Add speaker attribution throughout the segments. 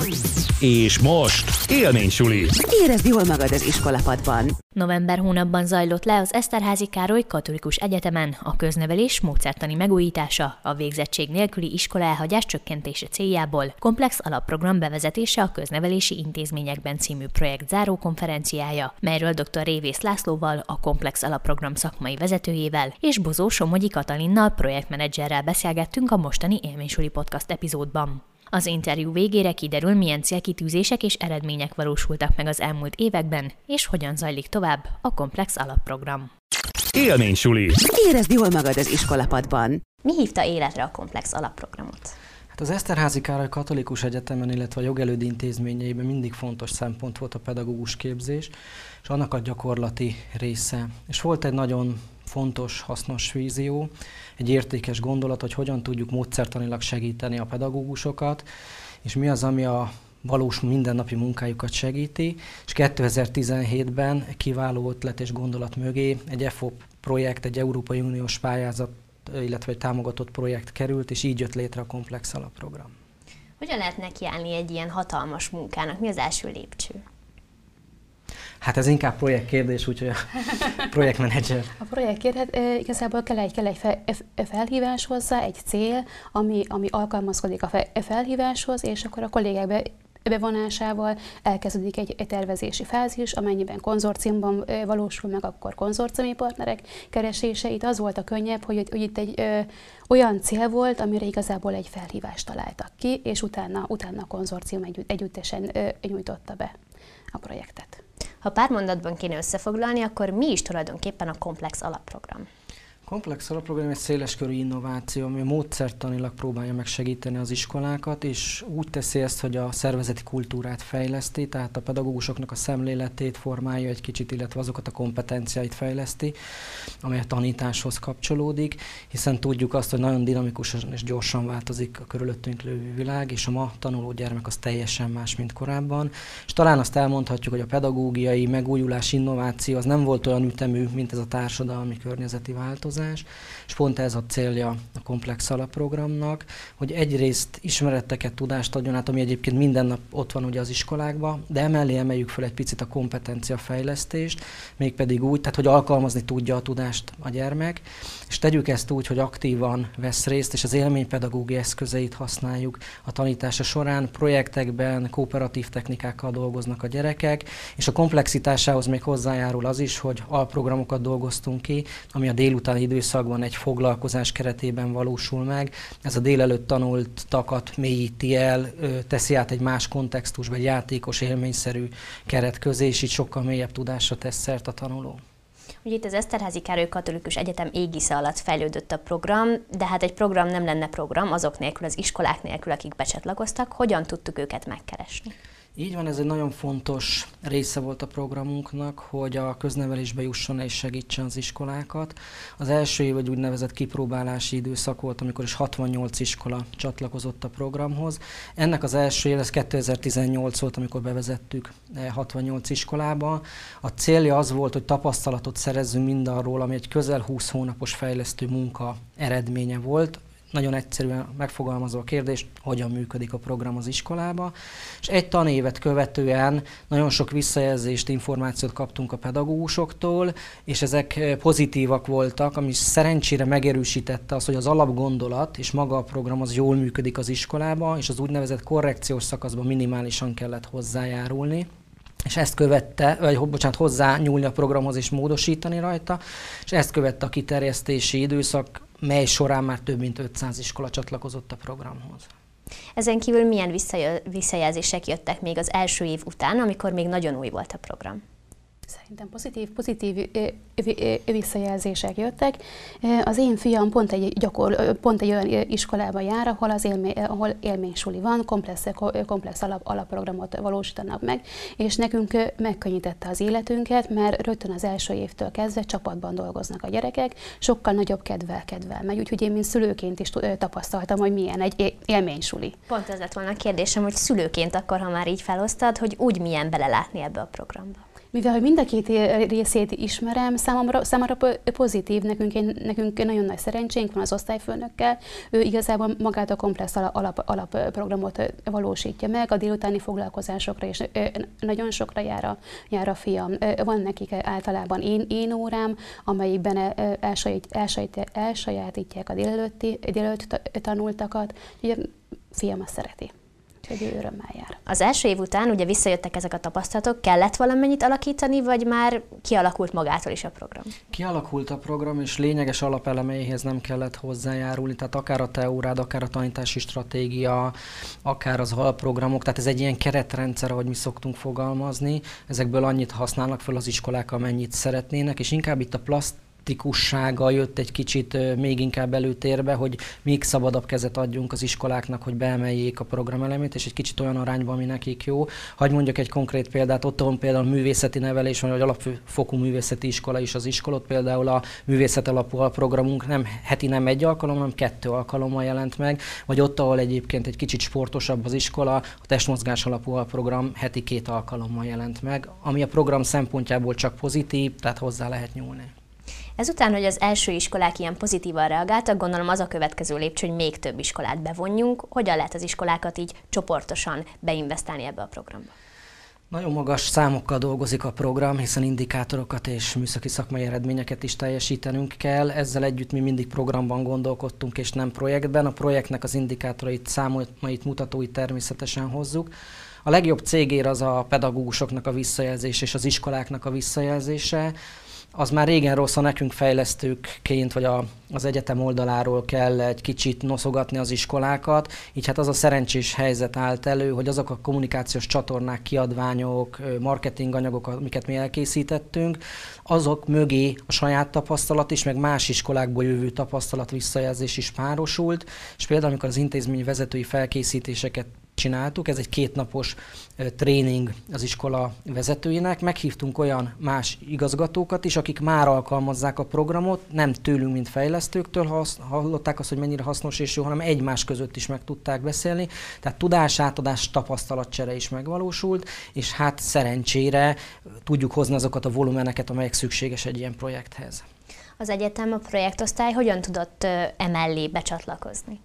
Speaker 1: És most élménysuli.
Speaker 2: Érezd jól magad az iskolapadban.
Speaker 3: November hónapban zajlott le az Eszterházy Károly Katolikus Egyetemen a köznevelés módszertani megújítása, a végzettség nélküli iskola elhagyás csökkentése céljából komplex alapprogram bevezetése a köznevelési intézményekben című projekt zárókonferenciája, melyről dr. Révész Lászlóval, a komplex alapprogram szakmai vezetőjével és Bozó Somogyi Katalinnal projektmenedzserrel beszélgettünk a mostani élménysuli podcast epizódban. Az interjú végére kiderül, milyen célkitűzések és eredmények valósultak meg az elmúlt években, és hogyan zajlik tovább a komplex alapprogram.
Speaker 1: Élménysuli.
Speaker 2: Érezd jól magad az iskolapadban.
Speaker 3: Mi hívta életre a komplex alapprogramot?
Speaker 4: Hát az Eszterházy Károly Katolikus Egyetemen, illetve a jogelődi intézményeiben mindig fontos szempont volt a pedagógus képzés, és annak a gyakorlati része. És volt egy nagyon fontos, hasznos vízió, egy értékes gondolat, hogy hogyan tudjuk módszertanilag segíteni a pedagógusokat, és mi az, ami a valós mindennapi munkájukat segíti, és 2017-ben kiváló ötlet és gondolat mögé egy EFOP projekt, egy Európai Uniós pályázat, illetve egy támogatott projekt került, és így jött létre a komplex alapprogram.
Speaker 3: Hogyan lehet nekiállni egy ilyen hatalmas munkának? Mi az első lépcső?
Speaker 4: Hát ez inkább projektkérdés, úgyhogy a projektmenedzser.
Speaker 5: A projektkérdés, igazából kell egy felhívás hozzá, egy cél, ami alkalmazkodik a felhíváshoz, és akkor a kollégák bevonásával elkezdődik egy tervezési fázis, amennyiben konzorciumban valósul meg, akkor konzorciumi partnerek keresése. Itt az volt a könnyebb, hogy itt egy olyan cél volt, amire igazából egy felhívást találtak ki, és utána a konzorcium együttesen nyújtotta be a projektet.
Speaker 3: Ha pár mondatban kéne összefoglalni, akkor mi is tulajdonképpen a komplex alapprogram?
Speaker 4: A komplex alapprogram egy széleskörű innováció, ami módszertanilag próbálja megsegíteni az iskolákat, és úgy teszi ezt, hogy a szervezeti kultúrát fejleszti, tehát a pedagógusoknak a szemléletét formálja egy kicsit, illetve azokat a kompetenciáit fejleszti, amely a tanításhoz kapcsolódik, hiszen tudjuk azt, hogy nagyon dinamikusan és gyorsan változik a körülöttünk lévő világ, és a ma tanuló gyermek az teljesen más, mint korábban. És talán azt elmondhatjuk, hogy a pedagógiai megújulás, innováció az nem volt olyan ütemű, mint ez a társadalmi környezeti változás. És pont ez a célja a komplex alapprogramnak, hogy egyrészt ismereteket, tudást adjon át, ami egyébként minden nap ott van ugye az iskolákban, de emellé emeljük fel egy picit a kompetenciafejlesztést, mégpedig úgy, tehát hogy alkalmazni tudja a tudást a gyermek, és tegyük ezt úgy, hogy aktívan vesz részt, és az élménypedagógia eszközeit használjuk a tanítása során, projektekben, kooperatív technikákkal dolgoznak a gyerekek, és a komplexitásához még hozzájárul az is, hogy alprogramokat dolgoztunk ki, ami a délutáni időszakban egy foglalkozás keretében valósul meg. Ez a délelőtt tanultakat mélyíti el, teszi át egy más kontextusba, egy játékos, élményszerű keret közé, és így sokkal mélyebb tudásra tesz szert a tanuló.
Speaker 3: Ugye itt az Eszterházy Károly Katolikus Egyetem égisze alatt fejlődött a program, de hát egy program nem lenne program azok nélkül, az iskolák nélkül, akik becsatlakoztak. Hogyan tudtuk őket megkeresni?
Speaker 4: Így van, ez egy nagyon fontos része volt a programunknak, hogy a köznevelésbe jusson és segítsen az iskolákat. Az első év egy úgynevezett kipróbálási időszak volt, amikor is 68 iskola csatlakozott a programhoz. Ennek az első év, ez 2018 volt, amikor bevezettük 68 iskolába. A célja az volt, hogy tapasztalatot szerezzünk mindarról, ami egy közel 20 hónapos fejlesztő munka eredménye volt. Nagyon egyszerűen megfogalmazva a kérdést, hogyan működik a program az iskolába. És egy tanévet követően nagyon sok visszajelzést, információt kaptunk a pedagógusoktól, és ezek pozitívak voltak, ami szerencsére megerősítette azt, hogy az alapgondolat és maga a program az jól működik az iskolába, és az úgynevezett korrekciós szakaszban minimálisan kellett hozzájárulni. És ezt követte, hozzá nyúlni a programhoz és módosítani rajta, és ezt követte a kiterjesztési időszak, mely során már több mint 500 iskola csatlakozott a programhoz.
Speaker 3: Ezen kívül milyen visszajelzések jöttek még az első év után, amikor még nagyon új volt a program?
Speaker 5: Szerintem pozitív visszajelzések jöttek. Az én fiam pont egy olyan iskolába jár, ahol élménysuli van, komplex alapprogramot valósítanak meg, és nekünk megkönnyítette az életünket, mert rögtön az első évtől kezdve csapatban dolgoznak a gyerekek, sokkal nagyobb kedvel megy, úgyhogy én mint szülőként is tapasztaltam, hogy milyen egy élménysuli.
Speaker 3: Pont ez lett volna a kérdésem, hogy szülőként akkor, ha már így felhoztad, hogy úgy milyen belelátni ebbe a programba.
Speaker 5: Mivel hogy mind a két részét ismerem, számomra pozitív, nekünk nagyon nagy szerencsénk van az osztályfőnökkel. Ő igazából magát a komplex alapprogramot valósítja meg, a délutáni foglalkozásokra is nagyon sokra jár a fiam. Van nekik általában én órám, amelyikben elsajátítják a délelőtt tanultakat. Ugye fiam azt szereti. Úgyhogy örömmel jár.
Speaker 3: Az első év után ugye visszajöttek ezek a tapasztalatok, kellett valamennyit alakítani, vagy már kialakult magától is a program?
Speaker 4: Kialakult a program, és lényeges alapelemeihez nem kellett hozzájárulni, tehát akár a teórád, akár a tanítási stratégia, akár az alprogramok, tehát ez egy ilyen keretrendszer, ahogy mi szoktunk fogalmazni, ezekből annyit használnak föl az iskolák, amennyit szeretnének, és inkább itt a plastikussága jött egy kicsit még inkább előtérbe, hogy még szabadabb kezet adjunk az iskoláknak, hogy beemeljék a programelemét, és egy kicsit olyan arányban, ami nekik jó. Hadd mondjak egy konkrét példát, ott van például művészeti nevelés, vagy alapfokú művészeti iskola is az iskolot, például a művészet alapú alprogramunk nem egy alkalom, hanem 2 alkalommal jelent meg, vagy ott, ahol egyébként egy kicsit sportosabb az iskola, a testmozgás alapú alprogram heti 2 alkalommal jelent meg, ami a program szempontjából csak pozitív, tehát hozzá lehet nyúlni.
Speaker 3: Ezután, hogy az első iskolák ilyen pozitívan reagáltak, gondolom az a következő lépcső, hogy még több iskolát bevonjunk. Hogyan lehet az iskolákat így csoportosan beinvestálni ebbe a programba?
Speaker 4: Nagyon magas számokkal dolgozik a program, hiszen indikátorokat és műszaki szakmai eredményeket is teljesítenünk kell. Ezzel együtt mi mindig programban gondolkodtunk, és nem projektben. A projektnek az indikátorait, számait, mutatóit természetesen hozzuk. A legjobb cégér az a pedagógusoknak a visszajelzése és az iskoláknak a visszajelzése. Az már régen rossz, ha nekünk fejlesztőkként, vagy az egyetem oldaláról kell egy kicsit noszogatni az iskolákat. Így hát az a szerencsés helyzet állt elő, hogy azok a kommunikációs csatornák, kiadványok, marketinganyagok, amiket mi elkészítettünk, azok mögé a saját tapasztalat is, meg más iskolákból jövő tapasztalat visszajelzés is párosult, és például amikor az intézmény vezetői felkészítéseket csináltuk, ez egy 2 napos tréning az iskola vezetőinek, meghívtunk olyan más igazgatókat is, akik már alkalmazzák a programot, nem tőlünk, mint fejlesztőktől hallották azt, hogy mennyire hasznos és jó, hanem egymás között is meg tudták beszélni, tehát tudásátadás, tapasztalatcsere is megvalósult, és hát szerencsére tudjuk hozni azokat a volumeneket, amelyek szükséges egy ilyen projekthez.
Speaker 3: Az egyetem, a projektosztály hogyan tudott emellé becsatlakozni?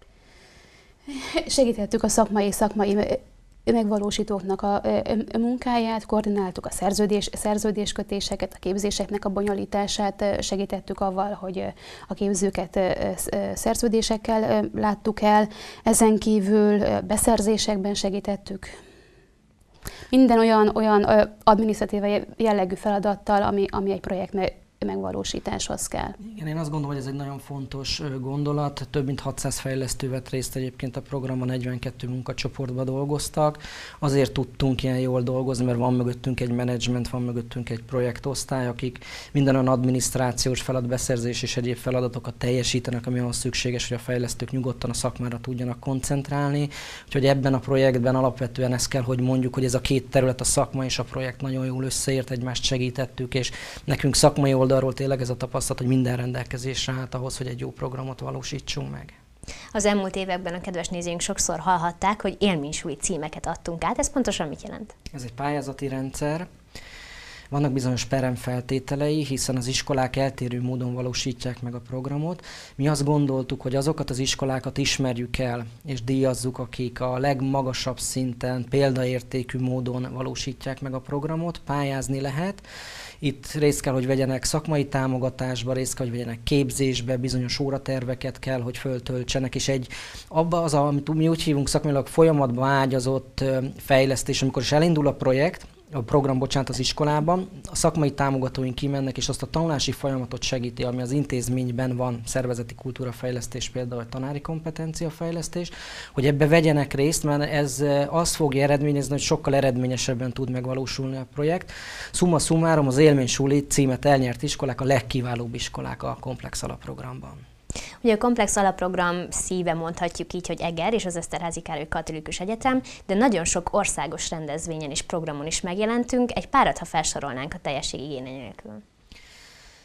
Speaker 5: Segítettük a szakmai megvalósítóknak a munkáját, koordináltuk a szerződéskötéseket, a képzéseknek a bonyolítását, segítettük avval, hogy a képzőket szerződésekkel láttuk el, ezen kívül beszerzésekben segítettük. Minden olyan adminisztratív jellegű feladattal, ami egy projekt megvalósításhoz kell.
Speaker 4: Igen, én azt gondolom, hogy ez egy nagyon fontos gondolat. Több mint 600 fejlesztő vett részt egyébként a programban, 42 munkacsoportban dolgoztak. Azért tudtunk ilyen jól dolgozni, mert van mögöttünk egy menedzsment, van mögöttünk egy projektosztály, akik minden olyan adminisztrációs feladatbeszerzés és egyéb feladatokat teljesítenek, ami ahhoz szükséges, hogy a fejlesztők nyugodtan a szakmára tudjanak koncentrálni. Úgyhogy ebben a projektben alapvetően ezt kell, hogy mondjuk, hogy ez a 2 terület, a szakma és a projekt nagyon jól összeért, egymást segítettük, és nekünk szakmai oldalról tényleg ez a tapasztalat, hogy minden rendelkezésre állt ahhoz, hogy egy jó programot valósítsunk meg.
Speaker 3: Az elmúlt években a kedves nézőink sokszor hallhatták, hogy élménysúly címeket adtunk át. Ez pontosan mit jelent? Ez
Speaker 4: egy pályázati rendszer. Vannak bizonyos peremfeltételei, hiszen az iskolák eltérő módon valósítják meg a programot. Mi azt gondoltuk, hogy azokat az iskolákat ismerjük el, és díjazzuk, akik a legmagasabb szinten, példaértékű módon valósítják meg a programot, pályázni lehet. Itt részt kell, hogy vegyenek szakmai támogatásba, részt kell, hogy vegyenek képzésbe, bizonyos óraterveket kell, hogy föltöltsenek, és abba az, amit mi úgy hívunk szakmailag folyamatba ágyazott fejlesztés, amikor is elindul a program az iskolában, a szakmai támogatóink kimennek, és azt a tanulási folyamatot segíti, ami az intézményben van, szervezeti kultúrafejlesztés, például tanári kompetenciafejlesztés, hogy ebbe vegyenek részt, mert ez azt fogja eredményezni, hogy sokkal eredményesebben tud megvalósulni a projekt. Summa summarum, az Élménysuli címet elnyert iskolák a legkiválóbb iskolák a komplex alapprogramban.
Speaker 3: Ugye a komplex alapprogram szíve, mondhatjuk így, hogy Eger és az Eszterházy Károly Katolikus Egyetem, de nagyon sok országos rendezvényen és programon is megjelentünk. Egy párat, ha felsorolnánk a teljesség igénye nélkül.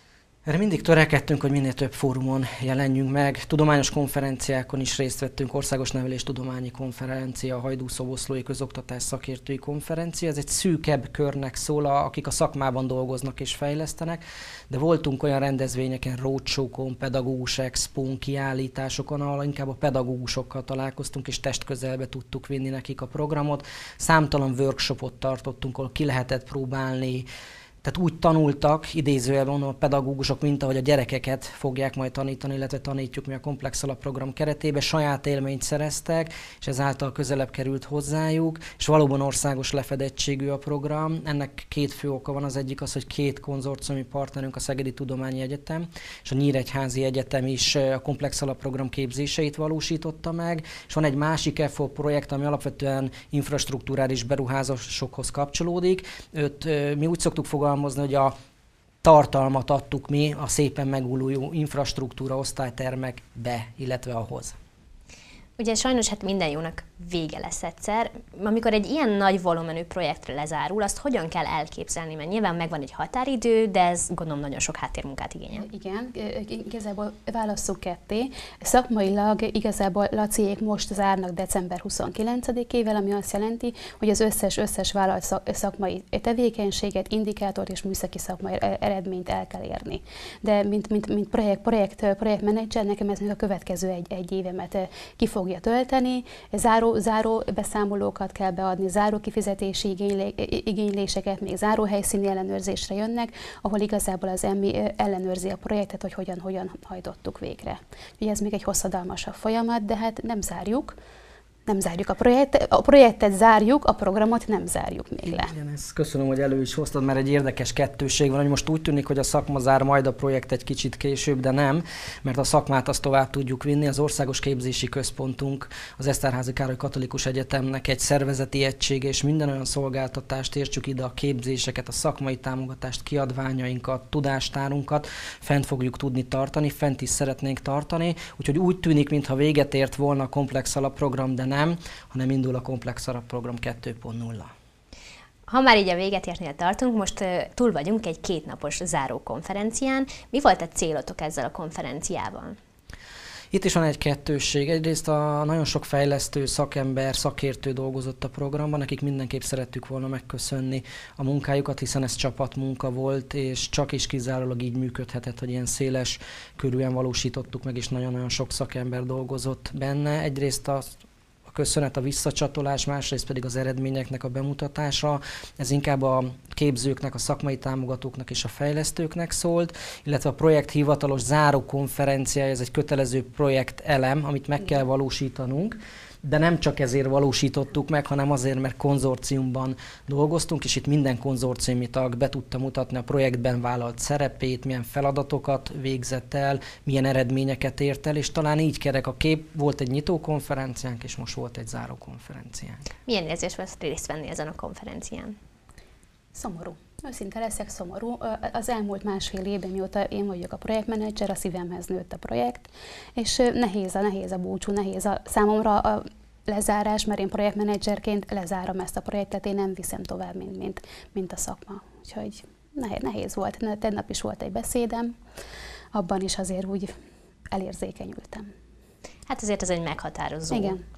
Speaker 4: Erre mindig törekedtünk, hogy minél több fórumon jelenjünk meg. Tudományos konferenciákon is részt vettünk, Országos Neveléstudományi Konferencia, Hajdú-Szoboszlói Közoktatás Szakértői Konferencia. Ez egy szűkebb körnek szól, akik a szakmában dolgoznak és fejlesztenek, de voltunk olyan rendezvényeken, roadshow-kon, pedagógus expón, kiállításokon, ahol inkább a pedagógusokkal találkoztunk, és testközelbe tudtuk vinni nekik a programot. Számtalan workshopot tartottunk, ahol ki lehetett próbálni. Tehát úgy tanultak, idézőjelben mondom, a pedagógusok, mint ahogy a gyerekeket fogják majd tanítani, illetve tanítjuk mi a Komplex Alapprogram keretében, saját élményt szereztek, és ezáltal közelebb került hozzájuk, és valóban országos lefedettségű a program. Ennek két fő oka van, az egyik az, hogy két konzorciumi partnerünk, a Szegedi Tudományi Egyetem és a Nyíregyházi Egyetem is a Komplex Alapprogram képzéseit valósította meg, és van egy másik EFO projekt, ami alapvetően infrastruktúrális beruházásokhoz kapcsolódik. Mi úgy szoktuk fogalmazni, hogy a tartalmat adtuk mi a szépen megújuló infrastruktúra osztálytermekbe, illetve ahhoz.
Speaker 3: Ugye sajnos hát minden jónak vége lesz egyszer. Amikor egy ilyen nagy volumenű projektre lezárul, azt hogyan kell elképzelni? Mert nyilván megvan egy határidő, de ez gondolom nagyon sok háttérmunkát igényel.
Speaker 5: Igen, igazából válasszuk ketté. Szakmailag igazából Laciék most zárnak december 29-ével, ami azt jelenti, hogy az összes vállalt szakmai tevékenységet, indikátort és műszaki szakmai eredményt el kell érni. De mint projektmenedzser nekem ez még a következő egy évemet ki fogja tölteni, záró beszámolókat kell beadni, záró kifizetési igényléseket, még záró helyszíni ellenőrzésre jönnek, ahol igazából az EMMI ellenőrzi a projektet, hogy hogyan hajtottuk végre. Ugye ez még egy hosszadalmasabb folyamat, de hát nem zárjuk a projektet zárjuk, a programot nem zárjuk még le.
Speaker 4: Igen, ezt köszönöm, hogy elő is hoztad, mert egy érdekes kettőség van, hogy most úgy tűnik, hogy a szakma zár, majd a projekt egy kicsit később, de nem, mert a szakmát azt tovább tudjuk vinni. Az Országos Képzési Központunk az Eszterházy Károly Katolikus Egyetemnek egy szervezeti egysége, és minden olyan szolgáltatást, értsük ide a képzéseket, a szakmai támogatást, kiadványainkat, tudástárunkat fent fogjuk tudni tartani, fent is szeretnénk tartani, úgyhogy úgy tűnik, mintha véget ért volna a Komplex Alapprogram, de nem, hanem indul a Komplex Alapprogram 2.0.
Speaker 3: Ha már így a véget értnél tartunk, most túl vagyunk egy 2 napos zárókonferencián. Mi volt a célotok ezzel a konferenciában?
Speaker 4: Itt is van egy kettősség. Egyrészt nagyon sok fejlesztő, szakember, szakértő dolgozott a programban, nekik mindenképp szerettük volna megköszönni a munkájukat, hiszen ez csapatmunka volt, és csak és kizárólag így működhetett, hogy ilyen széles körűen valósítottuk meg, és nagyon-nagyon sok szakember dolgozott benne. Egyrészt a köszönet, a visszacsatolás, másrészt pedig az eredményeknek a bemutatása. Ez inkább a képzőknek, a szakmai támogatóknak és a fejlesztőknek szólt, illetve a projekt hivatalos zárókonferenciája, ez egy kötelező projektelem, amit meg kell valósítanunk, de nem csak ezért valósítottuk meg, hanem azért, mert konzorciumban dolgoztunk, és itt minden konzorciumi tag be tudta mutatni a projektben vállalt szerepét, milyen feladatokat végzett el, milyen eredményeket ért el, és talán így kerek a kép. Volt egy nyitókonferenciánk, és most volt egy zárókonferenciánk.
Speaker 3: Milyen érzés volt részt venni ezen a konferencián?
Speaker 5: Szomorú. Őszinte leszek, szomorú. Az elmúlt másfél évben, mióta én vagyok a projektmenedzser, a szívemhez nőtt a projekt, és nehéz a búcsú, számomra a lezárás, mert én projektmenedzserként lezárom ezt a projektet, én nem viszem tovább, mint a szakma. Úgyhogy nehéz volt. Tegnap is volt egy beszédem, abban is azért úgy elérzékenyültem.
Speaker 3: Hát azért ez egy meghatározó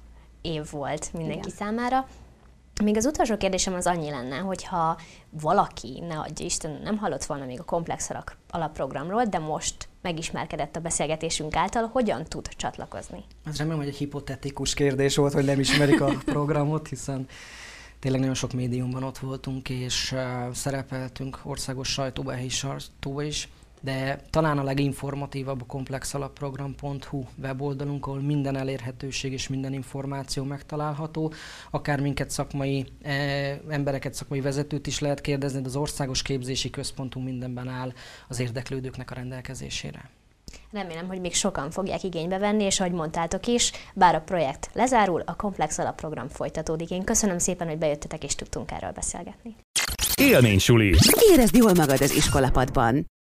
Speaker 3: év volt mindenki számára. Még az utolsó kérdésem az annyi lenne, hogyha valaki, ne adja Isten, nem hallott volna még a Komplex Alapprogramról, de most megismerkedett a beszélgetésünk által, hogyan tud csatlakozni?
Speaker 4: Ez remélem, hogy egy hipotetikus kérdés volt, hogy nem ismerik a programot, hiszen tényleg nagyon sok médiumban ott voltunk, és szerepeltünk országos sajtóba, helyi sajtóba is. De talán a leginformatívabb a komplexalapprogram.hu weboldalunk, ahol minden elérhetőség és minden információ megtalálható. Akár minket szakmai embereket, szakmai vezetőt is lehet kérdezni, de az Országos Képzési Központunk mindenben áll az érdeklődőknek a rendelkezésére.
Speaker 3: Remélem, hogy még sokan fogják igénybe venni, és ahogy mondtátok is, bár a projekt lezárul, a Komplex Alapprogram folytatódik. Én köszönöm szépen, hogy bejöttetek és tudtunk erről beszélgetni.
Speaker 1: Élmény suli.
Speaker 2: Érezd jól magad az iskolapadban.